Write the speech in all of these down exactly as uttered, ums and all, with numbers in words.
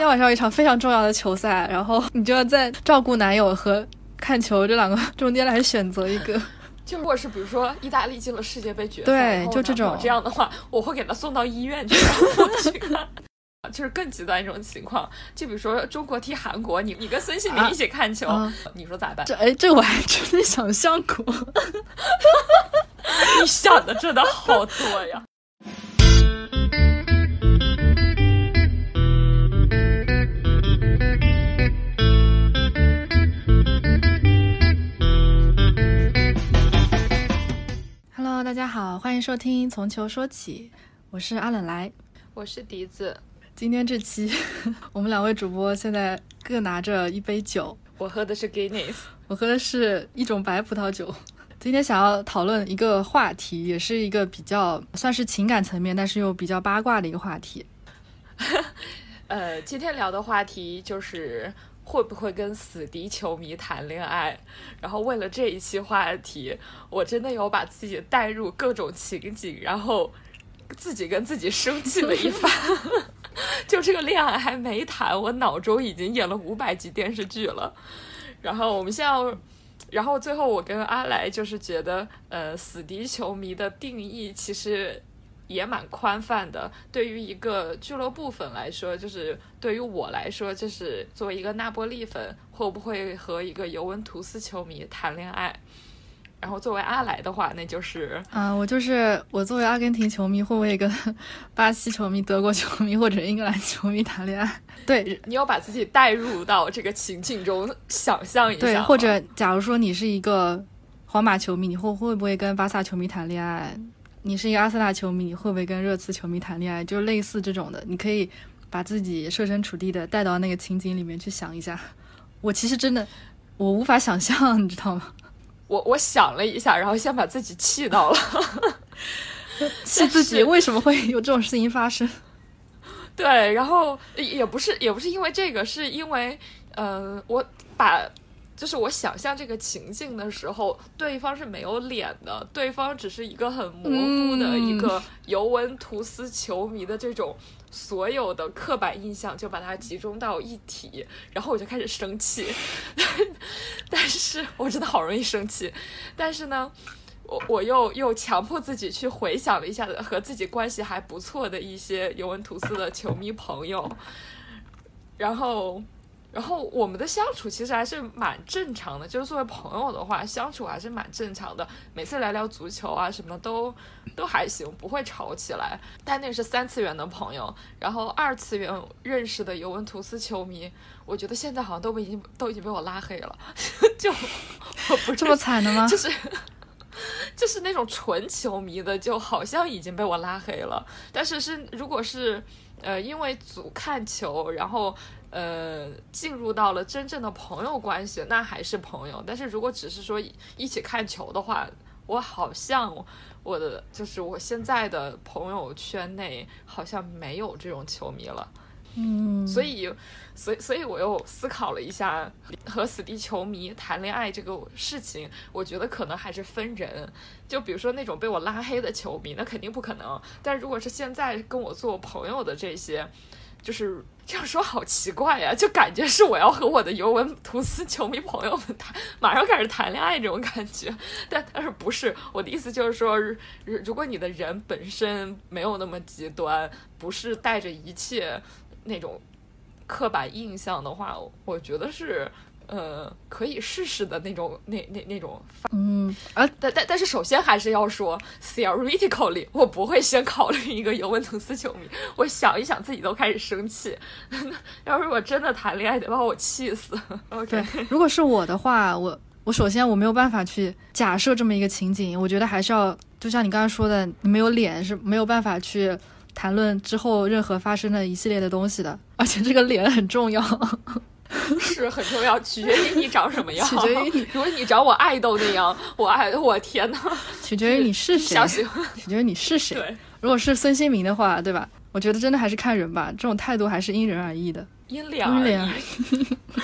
天晚上有一场非常重要的球赛，然后你就要在照顾男友和看球这两个中间来选择一个。 就如果是比如说意大利进了世界杯决赛， 对，就这种这样的话，我会给他送到医院去，然后去看。就是更极端一种情况，就比如说中国踢韩国，你你跟孙兴民一起看球，啊、你说咋办？ 这哎，这我还真的想象过。 你想的真的好多呀。 Hello， 大家好，欢迎收听从球说起，我是阿冷来， 我是笛子。 今天这期我们两位主播现在各拿着一杯酒， 我喝的是 Guinness， 我喝的是一种白葡萄酒。今天想要讨论一个话题，也是一个比较算是情感层面但是又比较八卦的一个话题。 呃，今天聊的话题就是会不会跟死敌球迷谈恋爱，然后为了这一期话题我真的有把自己带入各种情景，然后自己跟自己生气了一番。就这个恋爱还没谈，我脑中已经演了五百集电视剧了。然后我们现在，然后最后我跟阿来就是觉得，呃，死敌球迷的定义其实也蛮宽泛的。对于一个俱乐部粉来说，就是对于我来说，就是作为一个那波利粉，会不会和一个尤文图斯球迷谈恋爱？然后作为阿来的话，那就是啊、呃，我就是我作为阿根廷球迷，会不会跟巴西球迷、德国球迷或者英格兰球迷谈恋爱？对， 你有把自己带入到这个情境中，想象一下。 对，或者假如说你是一个皇马球迷，你会会不会跟巴萨球迷谈恋爱？你是一个阿森纳球迷，你会不会跟热刺球迷谈恋爱？就类似这种的，你可以把自己设身处地的带到那个情景里面去想一下。我其实真的我无法想象，你知道吗？ 我我想了一下，然后先把自己气到了， 气自己为什么会有这种事情发生？ 对，然后也不是也不是因为这个，是因为呃，我把就是我想象这个情境的时候，对方是没有脸的，对方只是一个很模糊的一个尤文图斯球迷的这种所有的刻板印象，就把它集中到一体，然后我就开始生气。但是我真的好容易生气，但是呢我我又又强迫自己去回想了一下和自己关系还不错的一些尤文图斯的球迷朋友，然后然后我们的相处其实还是蛮正常的，就是作为朋友的话相处还是蛮正常的，每次聊聊足球啊什么都都还行，不会吵起来。但那是三次元的朋友，然后二次元认识的尤文图斯球迷，我觉得现在好像都已经都已经被我拉黑了。就我不这么惨的吗？ 就是就是那种纯球迷的，就好像已经被我拉黑了。但是是如果是呃因为组看球，然后呃进入到了真正的朋友关系，那还是朋友。但是如果只是说一起看球的话，我好像我的就是我现在的朋友圈内好像没有这种球迷了。 嗯， 所以，所以，所以我又思考了一下，和死敌球迷谈恋爱这个事情，我觉得可能还是分人。就比如说那种被我拉黑的球迷，那肯定不可能。但如果是现在跟我做朋友的这些，就是这样说好奇怪呀，就感觉是我要和我的尤文图斯球迷朋友们谈，马上开始谈恋爱这种感觉。但但是不是我的意思，就是说，如果你的人本身没有那么极端，不是带着一切那种刻板印象的话，我觉得是呃可以试试的那种那那那种。 嗯，而但但但是首先还是要说 theoretically 我不会先考虑一个尤文图斯球迷，我想一想自己都开始生气。要是我真的谈恋爱得把我气死。okay. 对，如果是我的话，我我首先我没有办法去假设这么一个情景，我觉得还是要就像你刚刚说的，你没有脸是没有办法去谈论之后任何发生的一系列的东西的，而且这个脸很重要。 是很重要，取决于你长什么样。 取决于你， 如果你长我爱豆那样，我爱我天哪！ 取决于你是谁，取决于你是谁。 对， 如果是孙兴民的话，对吧？我觉得真的还是看人吧，这种态度还是因人而异的， 因脸而异。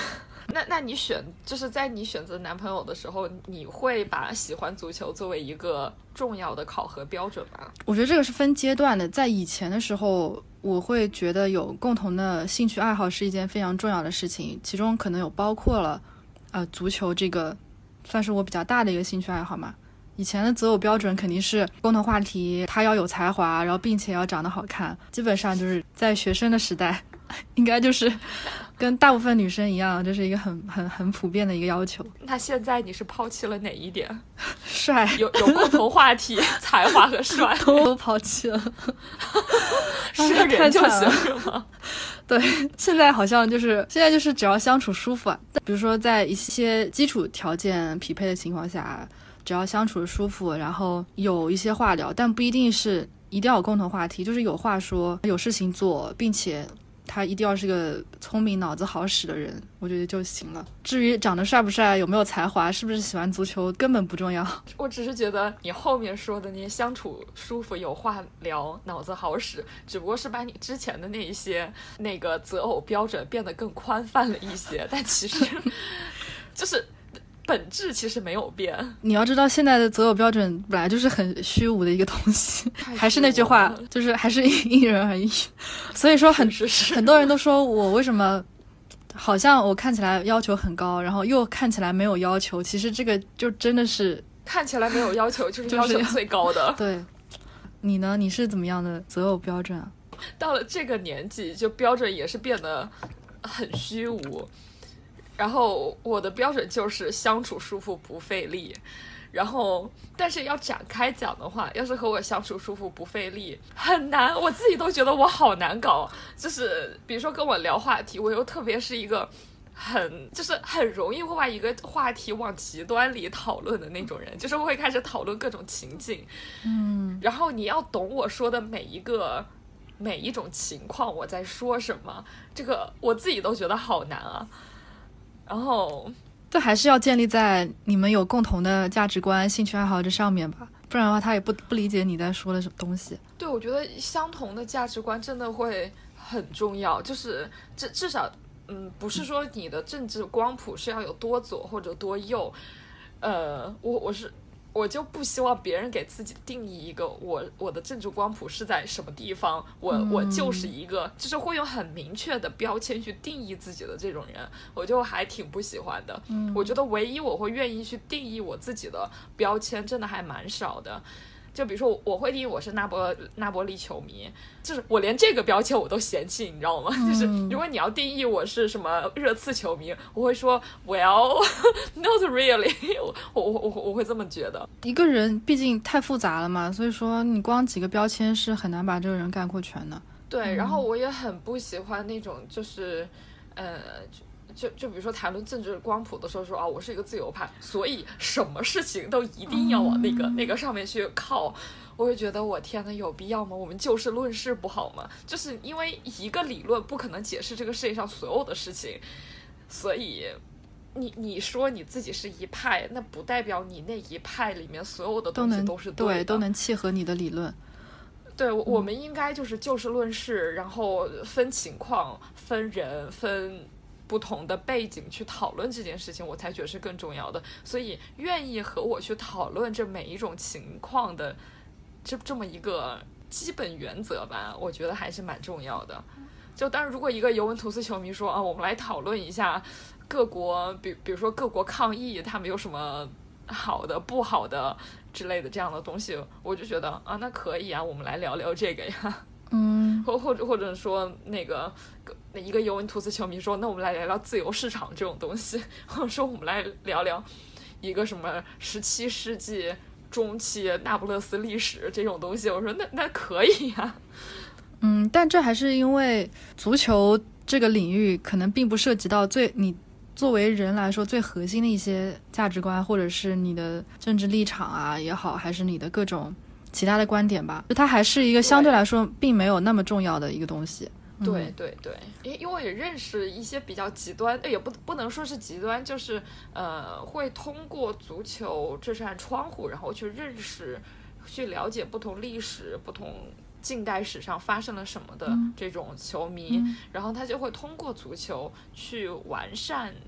那那你选就是在你选择男朋友的时候，你会把喜欢足球作为一个重要的考核标准吗？ 我觉得这个是分阶段的，在以前的时候我会觉得有共同的兴趣爱好是一件非常重要的事情，其中可能有包括了呃足球这个算是我比较大的一个兴趣爱好嘛。以前的择偶标准肯定是共同话题，他要有才华，然后并且要长得好看，基本上就是在学生的时代应该就是跟大部分女生一样，这是一个很很很普遍的一个要求。 那现在你是抛弃了哪一点？ 帅， 有有共同话题才华和帅都抛弃了是个人就行是吗？ 对，现在好像就是现在就是只要相处舒服啊，比如说在一些基础条件匹配的情况下，只要相处舒服，然后有一些话聊，但不一定是一定要有共同话题，就是有话说，有事情做，并且他一定要是个聪明脑子好使的人，我觉得就行了。至于长得帅不帅，有没有才华，是不是喜欢足球，根本不重要。 我只是觉得你后面说的那些相处舒服、有话聊、脑子好使，只不过是把你之前的那一些那个择偶标准变得更宽泛了一些，但其实就是本质其实没有变。你要知道现在的择偶标准本来就是很虚无的一个东西，还是那句话，就是还是因人而异。所以说很是是很多人都说我为什么好像我看起来要求很高，然后又看起来没有要求，其实这个就真的是看起来没有要求就是要求最高的、 就是、对。你呢？你是怎么样的择偶标准啊？ 到了这个年纪就标准也是变得很虚无，然后我的标准就是相处舒服不费力，然后但是要展开讲的话，要是和我相处舒服不费力很难，我自己都觉得我好难搞。就是比如说跟我聊话题，我又特别是一个很就是很容易会把一个话题往极端里讨论的那种人，就是会开始讨论各种情境， 嗯， 然后你要懂我说的每一个每一种情况我在说什么，这个我自己都觉得好难啊。然后这还是要建立在你们有共同的价值观、兴趣爱好这上面吧，不然的话他也不不理解你在说的什么东西。 对，我觉得相同的价值观真的会很重要，就是至至少嗯，不是说你的政治光谱是要有多左或者多右，呃，我我是我就不希望别人给自己定义一个我我的政治光谱是在什么地方，我、嗯、我就是一个就是会用很明确的标签去定义自己的这种人，我就还挺不喜欢的、 嗯、 我觉得唯一我会愿意去定义我自己的标签真的还蛮少的。就比如说我会定义我是那波那波利球迷，就是我连这个标签我都嫌弃，你知道吗、嗯、就是如果你要定义我是什么热刺球迷，我会说 well not really 我我我我会这么觉得。 一个人毕竟太复杂了嘛，所以说你光几个标签是很难把这个人概括全的。 对，然后我也很不喜欢那种就是呃就就比如说谈论政治光谱的时候说啊，我是一个自由派，所以什么事情都一定要往那个、嗯、那个上面去靠，我会觉得我天哪，有必要吗？我们就事论事不好吗？就是因为一个理论不可能解释这个世界上所有的事情，所以你你说你自己是一派，那不代表你那一派里面所有的东西都是对的， 对，都能契合你的理论。 对，我们应该就是就事论事，然后分情况、分人、分不同的背景去讨论这件事情，我才觉得是更重要的。所以愿意和我去讨论这每一种情况的这这么一个基本原则吧，我觉得还是蛮重要的。就当然如果一个尤文图斯球迷说啊，我们来讨论一下各国比比如说各国抗议他们有什么好的不好的之类的这样的东西，我就觉得啊，那可以啊，我们来聊聊这个呀。 嗯， 或或者或者说那个一个尤文图斯球迷说，那我们来聊聊自由市场这种东西，或者说我们来聊聊一个什么十七世纪中期那不勒斯历史这种东西，我说那那可以呀。 嗯，但这还是因为足球这个领域可能并不涉及到最你作为人来说最核心的一些价值观，或者是你的政治立场啊也好，还是你的各种其他的观点吧，它还是一个相对来说并没有那么重要的一个东西。 对对对，因因为我也认识一些比较极端，也不不能说是极端，就是呃会通过足球这扇窗户，然后去认识、去了解不同历史、不同近代史上发生了什么的这种球迷， 嗯、 然后他就会通过足球去完善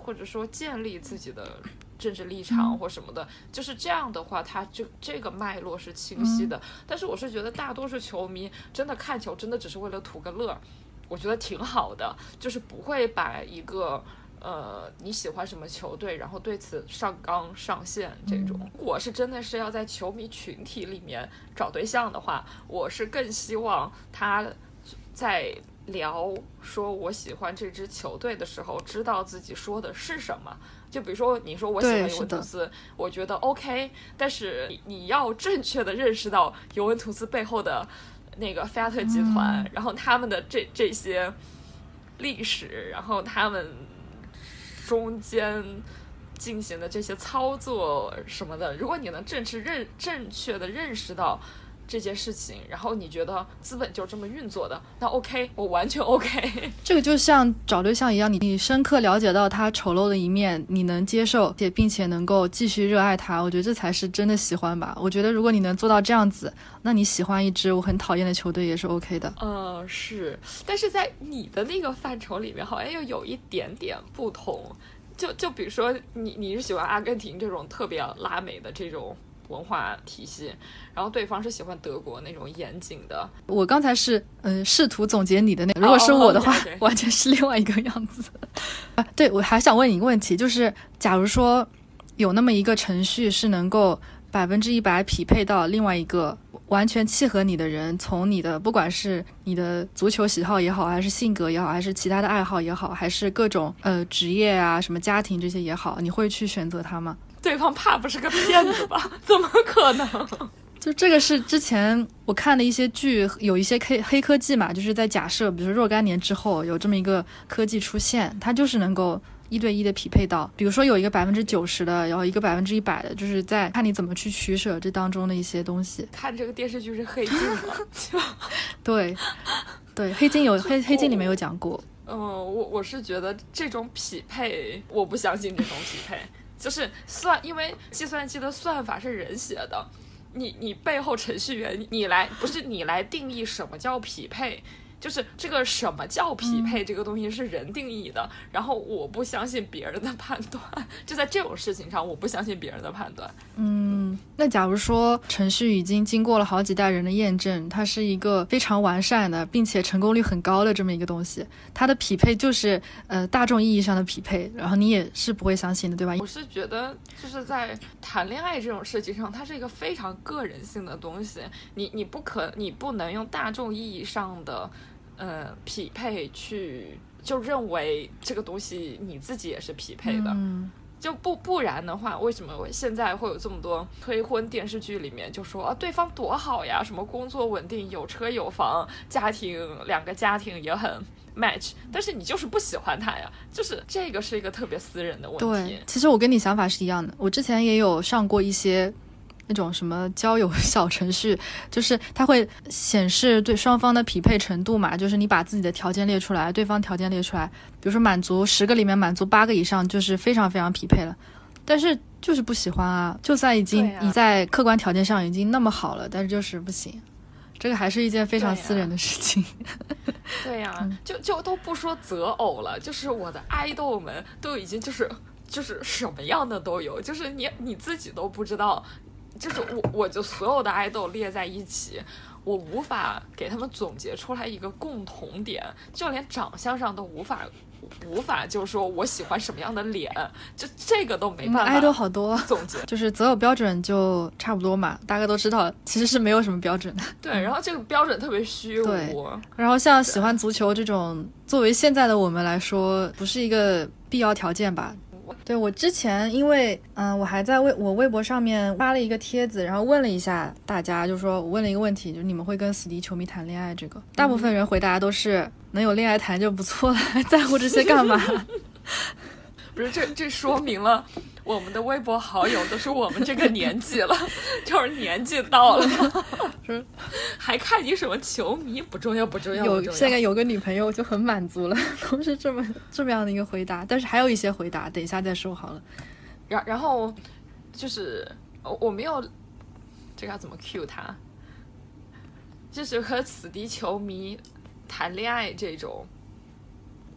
或者说建立自己的政治立场或什么的，嗯、就是这样的话，它这这个脉络是清晰的。嗯、但是我是觉得大多数球迷真的看球真的只是为了图个乐，我觉得挺好的，就是不会把一个呃你喜欢什么球队，然后对此上纲上线这种。嗯、我是真的是要在球迷群体里面找对象的话，我是更希望他在聊说我喜欢这支球队的时候，知道自己说的是什么。就比如说你说我喜欢尤文图斯，我觉得 OK， 但是你你要正确的认识到尤文图斯背后的那个菲亚特集团，嗯、然后他们的这这些历史，然后他们中间进行的这些操作什么的，如果你能正确认正确的认识到这件事情，然后你觉得资本就这么运作的，那 OK， 我完全 OK。 这个就像找对象一样，你你深刻了解到他丑陋的一面，你能接受并且能够继续热爱他，我觉得这才是真的喜欢吧。我觉得如果你能做到这样子，那你喜欢一支我很讨厌的球队也是 OK 的。 嗯，是，但是在你的那个范畴里面好像又有一点点不同。就就比如说你你是喜欢阿根廷这种特别拉美的这种文化体系，然后对方是喜欢德国那种严谨的。 我刚才是嗯、呃、试图总结你的那个，如果是我的话、oh, okay, okay. 完全是另外一个样子。啊，对，我还想问你一个问题，就是假如说有那么一个程序是能够百分之一百匹配到另外一个完全契合你的人，从你的不管是你的足球喜好也好，还是性格也好，还是其他的爱好也好，还是各种呃职业啊什么家庭这些也好，你会去选择他吗？ 对方怕不是个骗子吧？怎么可能？ 就这个是之前我看的一些剧，有一些黑黑科技嘛，就是在假设比如说若干年之后有这么一个科技出现，它就是能够一对一的匹配到，比如说有一个百分之九十的，然后一个百分之一百的，就是在看你怎么去取舍这当中的一些东西。 看这个电视剧是黑镜吗？ 对对，黑镜有黑黑镜里面有讲过。 嗯，我我是觉得这种匹配，我不相信这种匹配。就是算，因为计算机的算法是人写的，你你背后程序员你来不是你来定义什么叫匹配，就是这个什么叫匹配、嗯、这个东西是人定义的，然后我不相信别人的判断，就在这种事情上我不相信别人的判断。 嗯，那假如说程序已经经过了好几代人的验证，它是一个非常完善的并且成功率很高的这么一个东西，它的匹配就是呃大众意义上的匹配，然后你也是不会相信的，对吧？ 我是觉得就是在谈恋爱这种事情上，它是一个非常个人性的东西，你你不可你不能用大众意义上的呃匹配去就认为这个东西你自己也是匹配的。嗯，就不不然的话，为什么现在会有这么多催婚电视剧里面就说啊对方多好呀，什么工作稳定，有车有房，家庭两个家庭也很 match， 但是你就是不喜欢他呀，就是这个是一个特别私人的问题。 对，其实我跟你想法是一样的，我之前也有上过一些那种什么交友小程序，就是它会显示对双方的匹配程度嘛，就是你把自己的条件列出来，对方条件列出来，比如说满足十个里面满足八个以上，就是非常非常匹配了。但是就是不喜欢啊，就算已经你在客观条件上已经那么好了，但是就是不行，这个还是一件非常私人的事情。 对呀、啊嗯，就就都不说择偶了，就是我的爱豆们都已经就是就是什么样的都有，就是你你自己都不知道。就是我我就所有的爱豆列在一起，我无法给他们总结出来一个共同点，就连长相上都无法无法就是说我喜欢什么样的脸，就这个都没办法。 爱豆好多总结， 就是择偶标准就差不多嘛，大家都知道其实是没有什么标准的。 对，然后这个标准特别虚无。 对，然后像喜欢足球这种，作为现在的我们来说，不是一个必要条件吧。对，我之前因为嗯、呃，我还在微我微博上面发了一个帖子，然后问了一下大家，就说我问了一个问题，就是你们会跟死敌球迷谈恋爱？这个大部分人回答都是能有恋爱谈就不错了，还在乎这些干嘛？ 不是，这这说明了我们的微博好友都是我们这个年纪了，就是年纪到了，还看你什么球迷不重要不重要， 有现在有个女朋友就很满足了，都是这么这么样的一个回答。但是还有一些回答，等一下再说好了。 然然后就是我没有这个要怎么 cue 他，就是和死敌球迷谈恋爱这种。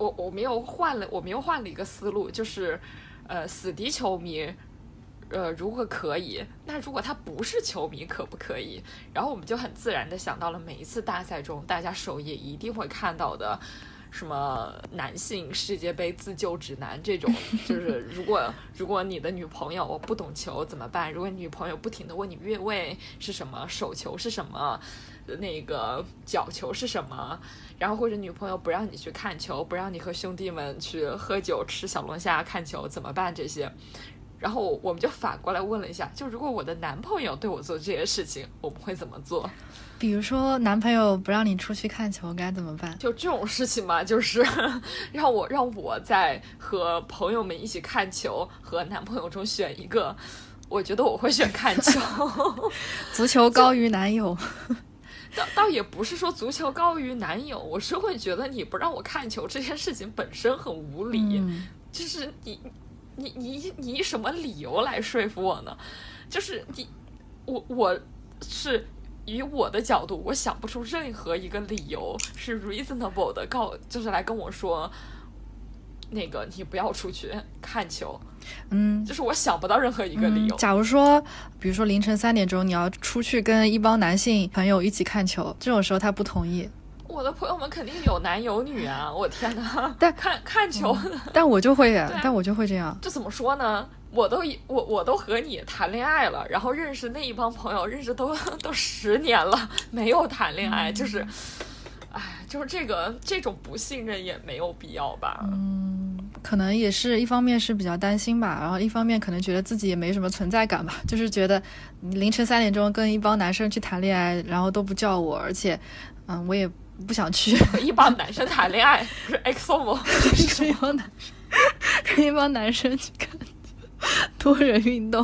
我我们又换了，我们又换了一个思路，就是呃，死敌球迷。呃，如果可以，那如果他不是球迷，可不可以？然后我们就很自然的想到了每一次大赛中，大家首页一定会看到的，什么男性世界杯自救指南这种，就是如果如果你的女朋友不懂球怎么办？如果你女朋友不停的问你越位是什么，手球是什么，那个角球是什么？然后或者女朋友不让你去看球，不让你和兄弟们去喝酒吃小龙虾看球怎么办？这些。然后我们就反过来问了一下，就如果我的男朋友对我做这些事情，我们会怎么做？ 比如说男朋友不让你出去看球该怎么办？ 就这种事情嘛，就是让我让我在和朋友们一起看球和男朋友中选一个，我觉得我会选看球。 足球高于男友。 倒倒也不是说足球高于男友，我是会觉得你不让我看球这件事情本身很无理，嗯、就是你。你你你以什么理由来说服我呢？就是你，我我是以我的角度，我想不出任何一个理由是 reasonable 的，告就是来跟我说，那个你不要出去看球。 嗯， 就是我想不到任何一个理由。 嗯、假如说，比如说凌晨三点钟你要出去跟一帮男性朋友一起看球，这种时候他不同意。 我的朋友们肯定有男有女啊！我天哪， 但看看球、 嗯，但我就会，啊、但我就会这样。 这怎么说呢？我都我我都和你谈恋爱了，然后认识那一帮朋友，认识都都十年了，没有谈恋爱，嗯、就是，哎，就是这个这种不信任也没有必要吧？ 嗯，可能也是一方面是比较担心吧，然后一方面可能觉得自己也没什么存在感吧，就是觉得凌晨三点钟跟一帮男生去谈恋爱，然后都不叫我，而且，嗯，我也。不想去和一帮男生谈恋爱，不是 X O 吗？ 跟一帮男生，跟一帮男生去看多人运动。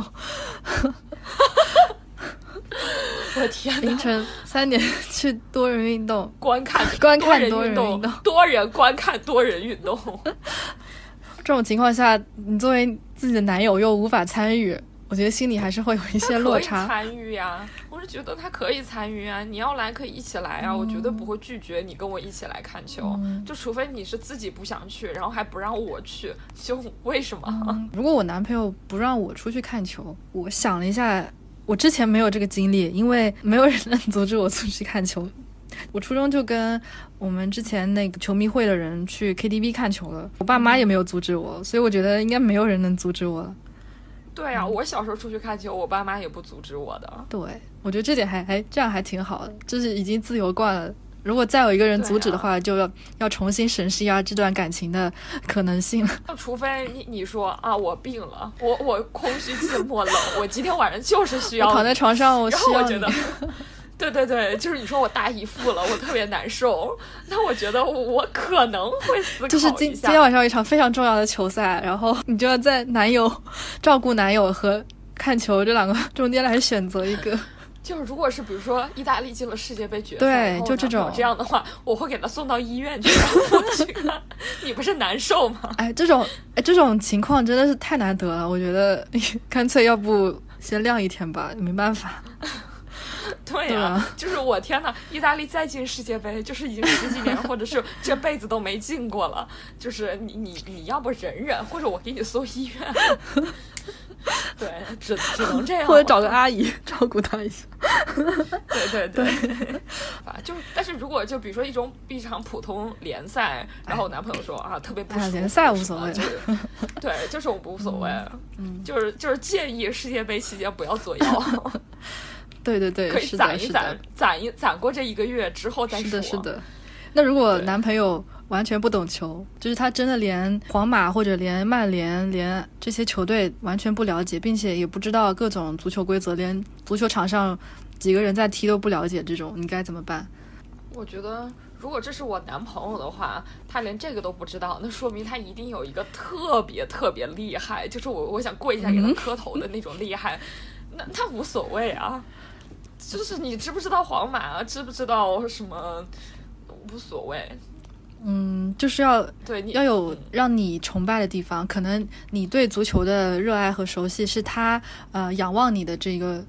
我的天哪！ 凌晨三点去多人运动， 观看观看多人运动， 多人观看多人运动。 这种情况下，你作为自己的男友又无法参与。我觉得心里还是会有一些落差。 他可以参与呀，我是觉得他可以参与啊，你要来可以一起来啊，嗯、我绝对不会拒绝你跟我一起来看球，嗯、就除非你是自己不想去，然后还不让我去，就为什么？ 嗯、如果我男朋友不让我出去看球，我想了一下，我之前没有这个经历，因为没有人能阻止我出去看球。我初中就跟我们之前那个球迷会的人去 K T V 看球了，我爸妈也没有阻止我，所以我觉得应该没有人能阻止我了。 对啊，我小时候出去看球，我爸妈也不阻止我的。 对，我觉得这点还还这样还挺好的，就是已经自由惯了。如果再有一个人阻止的话，啊、就要要重新审视一下这段感情的可能性了。 那除非你你说啊，我病了，我我空虚寂寞冷，我今天晚上就是需要你， 我躺在床上，我需要你。 然后我觉得。对对对，就是你说我大姨父了，我特别难受，那我觉得我可能会思考一下。 就是今今天晚上有一场非常重要的球赛，然后你就要在男友照顾男友和看球这两个中间来选择一个。 就是如果是比如说意大利进了世界杯决赛， 对，就这种这样的话，我会给他送到医院去，然后去看。你不是难受吗？ 哎，这种哎这种情况真的是太难得了，我觉得干脆要不先晾一天吧，没办法。 对呀、啊啊，就是我天哪！意大利再进世界杯，就是已经十几年，或者是这辈子都没进过了。就是你你你要不忍忍，或者我给你送医院。对，只只能这样， 或者找个阿姨照顾他一下。 对对对，就是，但是如果就比如说一种一场普通联赛，然后我男朋友说啊特别不舒服， 哎、联赛无所谓， 就是对，就是我无所谓，嗯，就是就是建议世界杯期间不要作妖。 对对对， 可以攒一攒，攒一攒过这一个月之后再说。 是的，是的。那如果男朋友完全不懂球，就是他真的连皇马或者连曼联、连这些球队完全不了解，并且也不知道各种足球规则，连足球场上几个人在踢都不了解，这种你该怎么办？ 我觉得，如果这是我男朋友的话，他连这个都不知道，那说明他一定有一个特别特别厉害，就是我我想跪下给他磕头的那种厉害。嗯、那他无所谓啊。就是你知不知道皇马啊？知不知道什么？无所谓。 嗯，就是要对你要有让你崇拜的地方。可能你对足球的热爱和熟悉是他呃仰望你的这个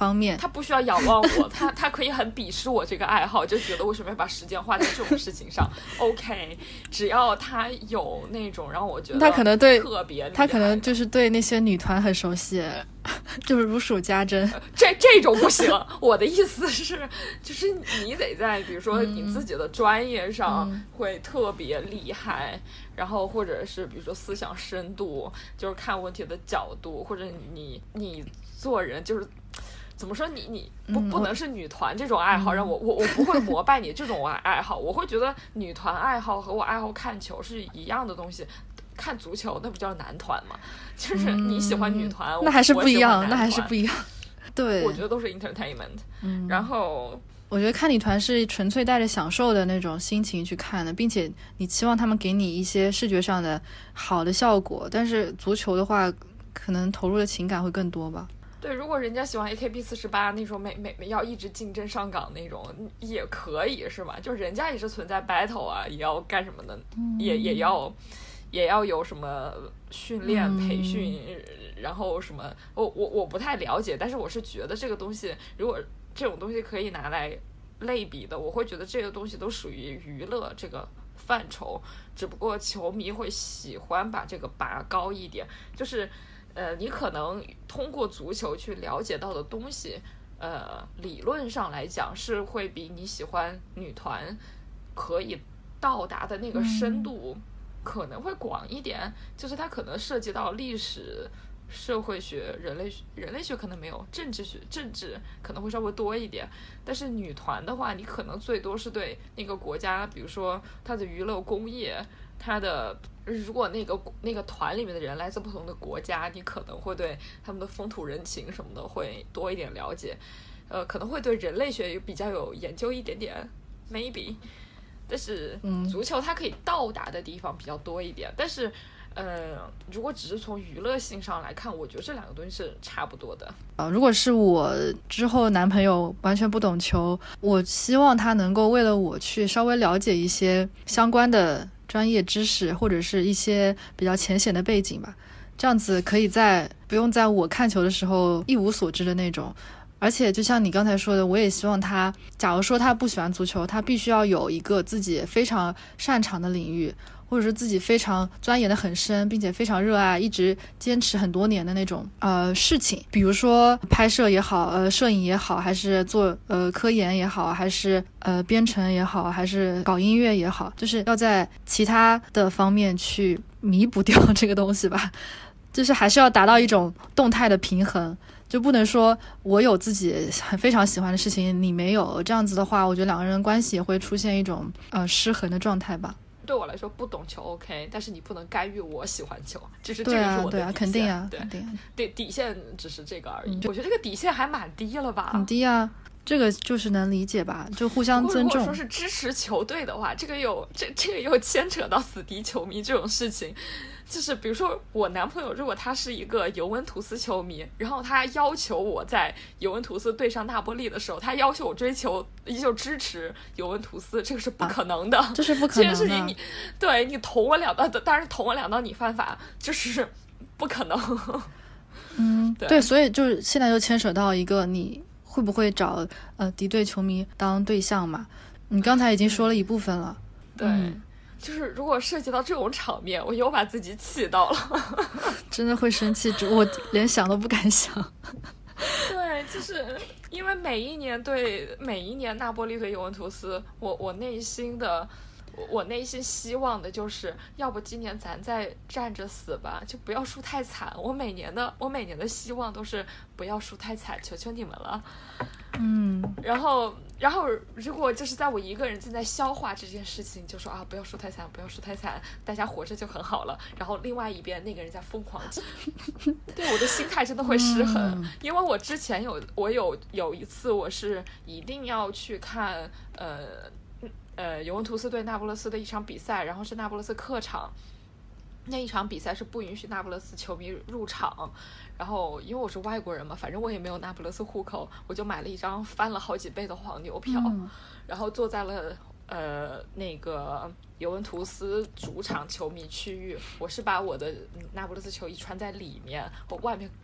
方面。 他不需要仰望我，他他可以很鄙视我这个爱好，就觉得为什么要把时间花在这种事情上。OK， 只要他有那种让我觉得他可能对特别， 他可能就是对那些女团很熟悉，就是如数家珍。 这这种不行。我的意思是，就是你得在比如说你自己的专业上会特别厉害。嗯，然后或者是比如说思想深度，就是看问题的角度，或者你你做人就是怎么说，你你不不能是女团这种爱好，让我我我不会膜拜你这种爱好，我会觉得女团爱好和我爱好看球是一样的东西。看足球那不叫男团吗？就是你喜欢女团， 那还是不一样，那还是不一样。对， 我觉得都是 entertainment。嗯，然后。 我觉得看女团是纯粹带着享受的那种心情去看的，并且你期望他们给你一些视觉上的好的效果，但是足球的话可能投入的情感会更多吧。 对，如果人家喜欢 A K B 四十八那种每每每要一直竞争上岗那种也可以是吧，就是人家也是存在 battle 啊，也要干什么的，嗯、也也要也要有什么训练、嗯、培训，然后什么我我我不太了解，但是我是觉得这个东西如果这种东西可以拿来类比的，我会觉得这个东西都属于娱乐这个范畴，只不过球迷会喜欢把这个拔高一点，就是呃，你可能通过足球去了解到的东西，呃，理论上来讲是会比你喜欢女团可以到达的那个深度可能会广一点，嗯、就是它可能涉及到历史。社会学、人类学、人类学可能没有，政治学、政治可能会稍微多一点。但是女团的话，你可能最多是对那个国家，比如说它的娱乐工业，它的如果那个那个团里面的人来自不同的国家，你可能会对他们的风土人情什么的会多一点了解。呃，可能会对人类学比较有研究一点点 ，maybe。但是足球它可以到达的地方比较多一点，但是。呃，如果只是从娱乐性上来看，我觉得这两个东西是差不多的。 啊，如果是我之后男朋友完全不懂球，我希望他能够为了我去稍微了解一些相关的专业知识，或者是一些比较浅显的背景吧。这样子可以在不用在我看球的时候一无所知的那种。而且就像你刚才说的，我也希望他，假如说他不喜欢足球，他必须要有一个自己非常擅长的领域。或者是自己非常钻研的很深，并且非常热爱，一直坚持很多年的那种呃事情，比如说拍摄也好，呃摄影也好，还是做呃科研也好，还是呃编程也好，还是搞音乐也好，就是要在其他的方面去弥补掉这个东西吧，就是还是要达到一种动态的平衡，就不能说我有自己非常喜欢的事情，你没有，这样子的话，我觉得两个人关系也会出现一种呃失衡的状态吧。 对我来说不懂球 OK， 但是你不能干预我喜欢球，就是这个是我的底线。 对啊，对啊，肯定啊， 对肯定啊， 对，底线只是这个而已。嗯、我觉得这个底线还蛮低了吧？ 很低啊，这个就是能理解吧，就互相尊重。 如果说是支持球队的话，这个又这这个又牵扯到死敌球迷这种事情。就是比如说我男朋友如果他是一个尤文图斯球迷，然后他要求我在尤文图斯对上那波利的时候，他要求我追求依旧支持尤文图斯，这个是不可能的， 啊、这是不可能的。 这件事情你对你捅我两刀，当然捅我两刀你犯法，就是不可能。 嗯，对，对，所以就是现在就牵扯到一个你会不会找呃敌对球迷当对象嘛？你刚才已经说了一部分了， 对。嗯，就是如果涉及到这种场面，我又把自己气到了， 真的会生气，我连想都不敢想。 对，就是因为每一年对每一年那波利对尤文图斯，我我内心的我内心希望的就是要不今年咱再站着死吧，就不要输太惨。我每年的我每年的希望都是不要输太惨，求求你们了。 嗯， 然后然后如果就是在我一个人正在消化这件事情，就说啊不要输太惨，不要输太惨，大家活着就很好了。然后另外一边那个人在疯狂对，我的心态真的会失衡。嗯、因为我之前有我有有一次我是一定要去看呃呃尤文图斯对那不勒斯的一场比赛，然后是那不勒斯客场，那一场比赛是不允许那不勒斯球迷入场，然后因为我是外国人嘛，反正我也没有那不勒斯户口，我就买了一张翻了好几倍的黄牛票，嗯、然后坐在了呃那个尤文图斯主场球迷区域。我是把我的那不勒斯球衣穿在里面，我外面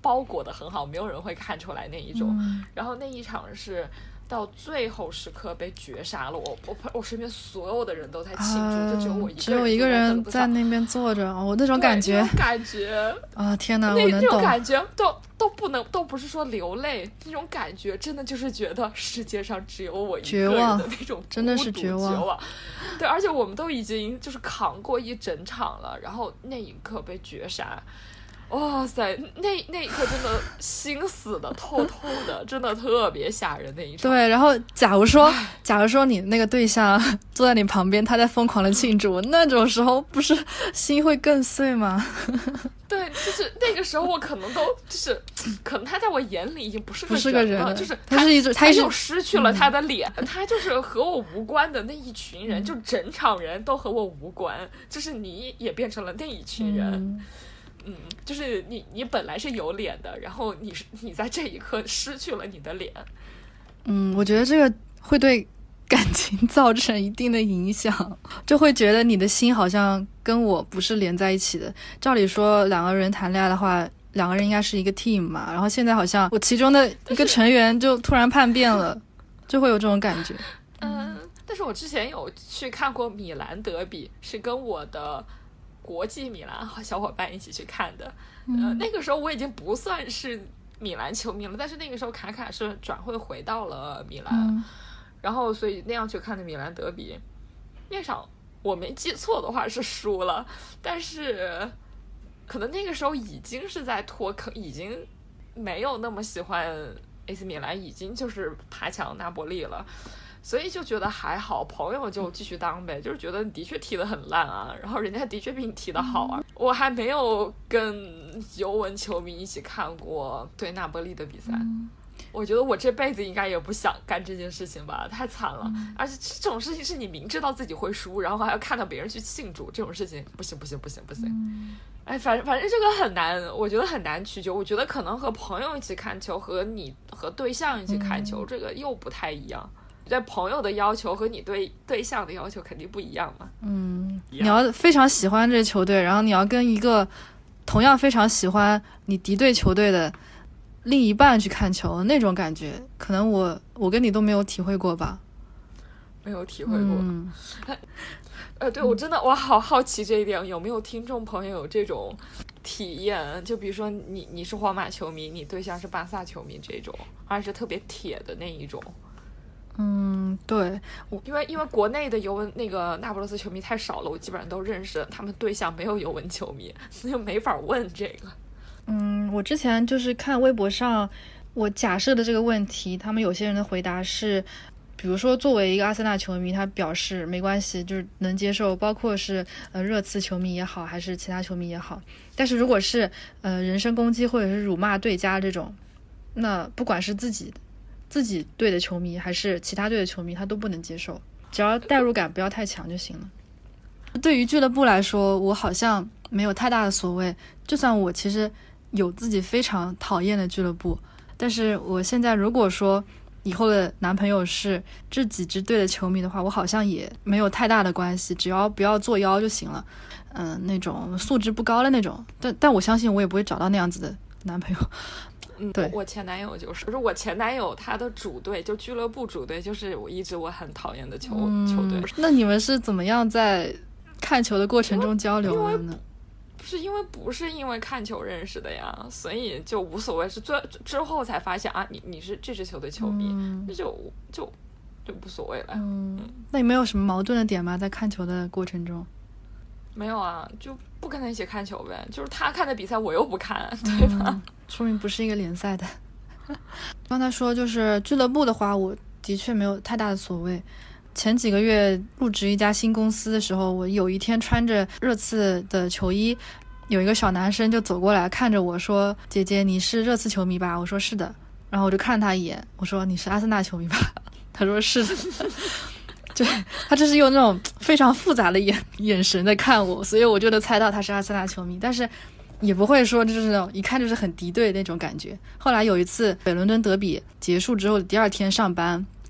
包裹的很好，没有人会看出来那一种。 嗯、 然后那一场是到最后时刻被绝杀了，我我我身边所有的人都在庆祝，呃、就只有我一个人， 只有一个人在那边坐着，我、哦、那种感觉， 那种感觉啊，天哪， 那我能懂， 那种感觉都都不能，都不是说流泪，那种感觉真的就是觉得世界上只有我一个人的那种真的是绝望， 绝望。对，而且我们都已经就是扛过一整场了，然后那一刻被绝杀。哇塞，那那一刻真的心死的透透的，真的特别吓人那一场。 对，然后假如说，假如说你那个对象坐在你旁边，他在疯狂的庆祝，那种时候不是心会更碎吗？ 对，就是那个时候我可能都就是，可能他在我眼里已经不是不是个人了， 就是他是一种， 他又失去了他的脸，嗯、他就是和我无关的那一群人，嗯、就整场人都和我无关，就是你也变成了那一群人。嗯嗯，就是你，你本来是有脸的，然后你是你在这一刻失去了你的脸。 嗯，我觉得这个会对感情造成一定的影响，就会觉得你的心好像跟我不是连在一起的。照理说，两个人谈恋爱的话，两个人应该是一个 team 嘛，然后现在好像我其中的一个成员就突然叛变了，就会有这种感觉。 嗯，但是我之前有去看过米兰德比，是跟我的国际米兰小伙伴一起去看的，嗯、呃，那个时候我已经不算是米兰球迷了，但是那个时候卡卡是转会回到了米兰， 嗯、 然后所以那样去看的米兰德比，那场我没记错的话是输了，但是可能那个时候已经是在脱坑，已经没有那么喜欢 A C 米兰，已经就是爬墙拿波利了。所以就觉得还好，朋友就继续当呗，就是觉得的确踢得很烂啊，然后人家的确比你踢得好啊。我还没有跟尤文球迷一起看过对纳波利的比赛，嗯、我觉得我这辈子应该也不想干这件事情吧，太惨了。嗯、而且这种事情是你明知道自己会输，然后还要看到别人去庆祝，这种事情不行不行不行不行。嗯、哎，反正反正这个很难，我觉得很难取决。我觉得可能和朋友一起看球和你和对象一起看球，嗯、这个又不太一样。对朋友的要求和你对对象的要求肯定不一样嘛。 嗯，你要非常喜欢这球队，然后你要跟一个同样非常喜欢你敌对球队的另一半去看球，那种感觉，可能我我跟你都没有体会过吧。 没有体会过。 嗯、 呃，对，我真的我好好奇这一点，有没有听众朋友有这种体验？就比如说你你是皇马球迷，你对象是巴萨球迷这种，而是特别铁的那一种。 嗯，对，我因为因为国内的尤文那个那不勒斯球迷太少了，我基本上都认识，他们对象没有尤文球迷，所以没法问这个。 嗯，我之前就是看微博上我假设的这个问题，他们有些人的回答是，比如说作为一个阿森纳球迷，他表示没关系，就是能接受，包括是呃热刺球迷也好，还是其他球迷也好。但是如果是呃人身攻击或者是辱骂对家这种，那不管是自己自己队的球迷还是其他队的球迷，他都不能接受，只要代入感不要太强就行了。对于俱乐部来说，我好像没有太大的所谓，就算我其实有自己非常讨厌的俱乐部，但是我现在如果说以后的男朋友是这几支队的球迷的话，我好像也没有太大的关系，只要不要作妖就行了。嗯、呃，那种素质不高的那种，但但我相信我也不会找到那样子的男朋友。 嗯，对，我前男友就是，就是我前男友他的主队就俱乐部主队就是我一直我很讨厌的球、嗯、球队。 那你们是怎么样在看球的过程中交流的呢？ 不是因为不是因为看球认识的呀，所以就无所谓。是最之后才发现啊，你你是这支球队球迷，嗯、那就就就无所谓了。 嗯，那你没有什么矛盾的点吗？在看球的过程中？ 没有啊，就不跟他一起看球呗。就是他看的比赛我又不看，对吧？ 嗯、说明不是一个联赛的。刚才说就是俱乐部的话，我的确没有太大的所谓。前几个月入职一家新公司的时候，我有一天穿着热刺的球衣，有一个小男生就走过来看着我说：“姐姐，你是热刺球迷吧？”我说：“是的。”然后我就看他一眼，我说：“你是阿森纳球迷吧？”他说：“是的。”就他这是用那种非常复杂的眼眼神在看我，所以我就能猜到他是阿森纳球迷，但是也不会说就是那种一看就是很敌对那种感觉。后来有一次北伦敦德比结束之后的第二天上班，然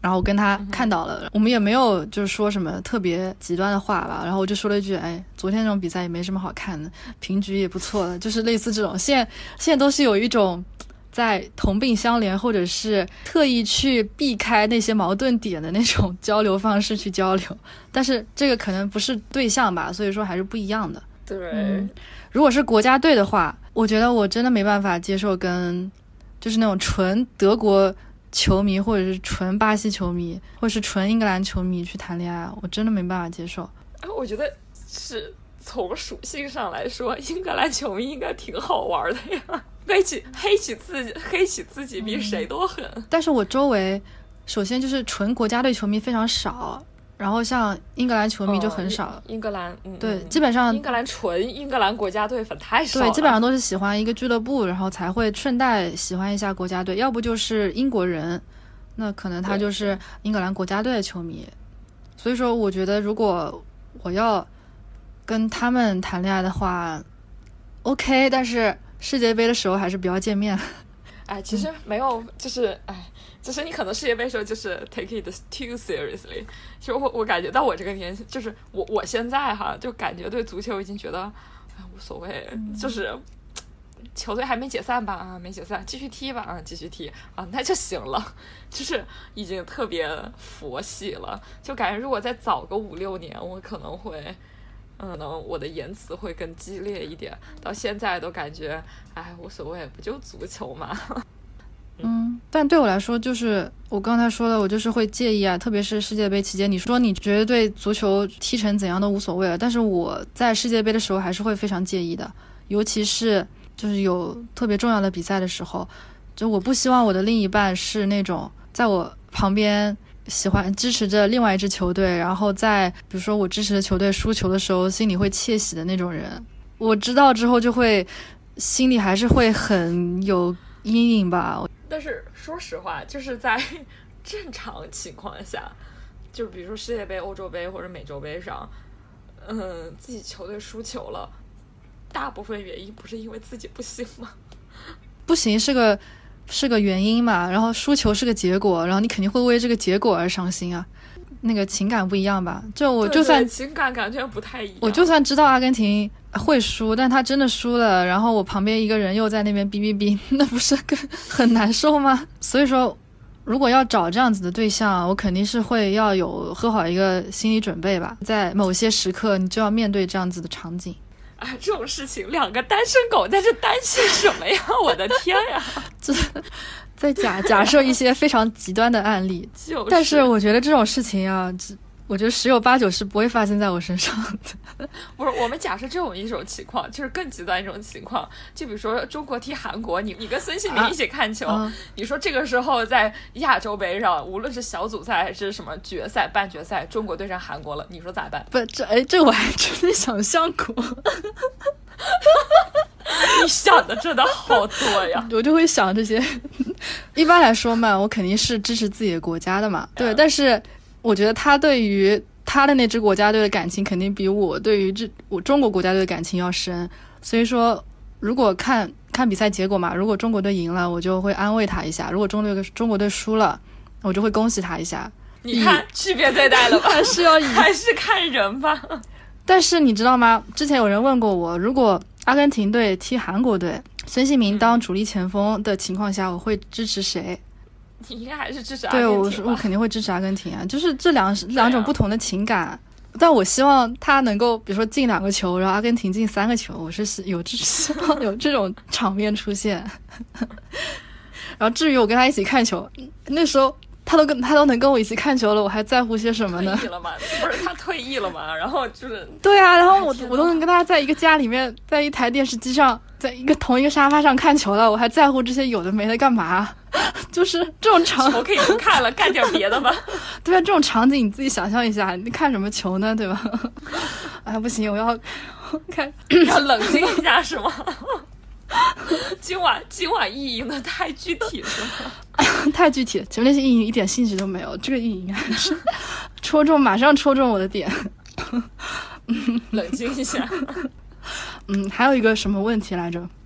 然后我跟他看到了，我们也没有就是说什么特别极端的话吧，然后我就说了一句，哎，昨天这种比赛也没什么好看的，平局也不错的，就是类似这种，现在现在都是有一种在同病相怜，或者是特意去避开那些矛盾点的那种交流方式去交流，但是这个可能不是对象吧，所以说还是不一样的。 对、 嗯，如果是国家队的话，我觉得我真的没办法接受跟就是那种纯德国球迷或者是纯巴西球迷或者是纯英格兰球迷去谈恋爱，我真的没办法接受。 我觉得是从属性上来说，英格兰球迷应该挺好玩的呀，黑起黑起自己黑起自己比谁都狠、嗯、 但是我周围首先就是纯国家队球迷非常少，然后像英格兰球迷就很少、 哦、英格兰、嗯、 对，基本上英格兰纯英格兰国家队粉太少了， 对，基本上都是喜欢一个俱乐部，然后才会顺带喜欢一下国家队，要不就是英国人，那可能他就是英格兰国家队的球迷。所以说我觉得如果我要跟他们谈恋爱的话 OK， 但是世界杯的时候还是不要见面。 哎，其实没有、嗯、就是哎就是你可能世界杯的时候就是 take it too seriously， 其实我我感觉到我这个年纪，就是我我现在哈就感觉对足球已经觉得哎无所谓、嗯、就是球队还没解散吧啊没解散继续踢吧啊继续踢啊那就行了，就是已经特别佛系了，就感觉如果再早个五六年我可能会嗯，可能我的言辞会更激烈一点，到现在都感觉哎无所谓，不就足球嘛。 嗯，但对我来说就是我刚才说的，我就是会介意啊，特别是世界杯期间，你说你觉得对足球踢成怎样都无所谓了，但是我在世界杯的时候还是会非常介意的，尤其是就是有特别重要的比赛的时候，就我不希望我的另一半是那种在我旁边喜欢支持着另外一支球队，然后在比如说我支持的球队输球的时候心里会窃喜的那种人，我知道之后就会心里还是会很有阴影吧。 但是说实话就是在正常情况下，就比如说世界杯欧洲杯或者美洲杯上嗯，自己球队输球了，大部分原因不是因为自己不行吗？ 不行是个是个原因嘛，然后输球是个结果，然后你肯定会为这个结果而伤心啊，那个情感不一样吧。就我就算对对情感感觉不太一样， 我就算知道阿根廷会输，但他真的输了，然后我旁边一个人又在那边哔哔哔，那不是更很难受吗？所以说如果要找这样子的对象，我肯定是会要有做好一个心理准备吧，在某些时刻你就要面对这样子的场景。 哎，这种事情两个单身狗在这担心什么呀？我的天呀！ 这在假假设一些非常极端的案例， 就是、 但是我觉得这种事情啊，我觉得十有八九是不会发生在我身上的。 不是，我们假设这种一种情况，就是更极端一种情况，就比如说中国踢韩国，你你跟孙兴民一起看球、啊、你说这个时候在亚洲杯上，无论是小组赛还是什么决赛、半决赛，中国对上韩国了，你说咋办？ 不，这哎，这我还真的想象过。 你想的真的好多呀！ 我就会想这些。一般来说嘛，我肯定是支持自己的国家的嘛。对，但是我觉得他对于他的那支国家队的感情肯定比我对于这我中国国家队的感情要深，所以说如果看看比赛结果嘛，如果中国队赢了，我就会安慰他一下；如果中队中国队输了，我就会恭喜他一下。 你看区别对待了吧？ 还是要还是看人吧。 但是你知道吗？之前有人问过我，如果阿根廷队踢韩国队，孙兴民当主力前锋的情况下，我会支持谁？ 你应该还是支持阿根廷吧？ 对，我我肯定会支持阿根廷啊，就是这两两种不同的情感、啊。但我希望他能够，比如说进两个球，然后阿根廷进三个球，我是有希望有这种场面出现。然后至于我跟他一起看球，那时候他都跟他都能跟我一起看球了，我还在乎些什么呢？ 退役了吗？不是他退役了吗？然后就是对啊，然后我我都能跟他在一个家里面，在一台电视机上，在一个同一个沙发上看球了，我还在乎这些有的没的干嘛？就是这种场球可以不看了，干点别的吧。 对啊，这种场景你自己想象一下，你看什么球呢？对吧？哎，不行，我要看， 要冷静一下是吗？今晚今晚意淫的太具体了是吗？ 太具体了，前面那些意淫一点兴趣都没有，这个意淫还是戳中，马上戳中我的点。 冷静一下。 嗯，还有一个什么问题来着？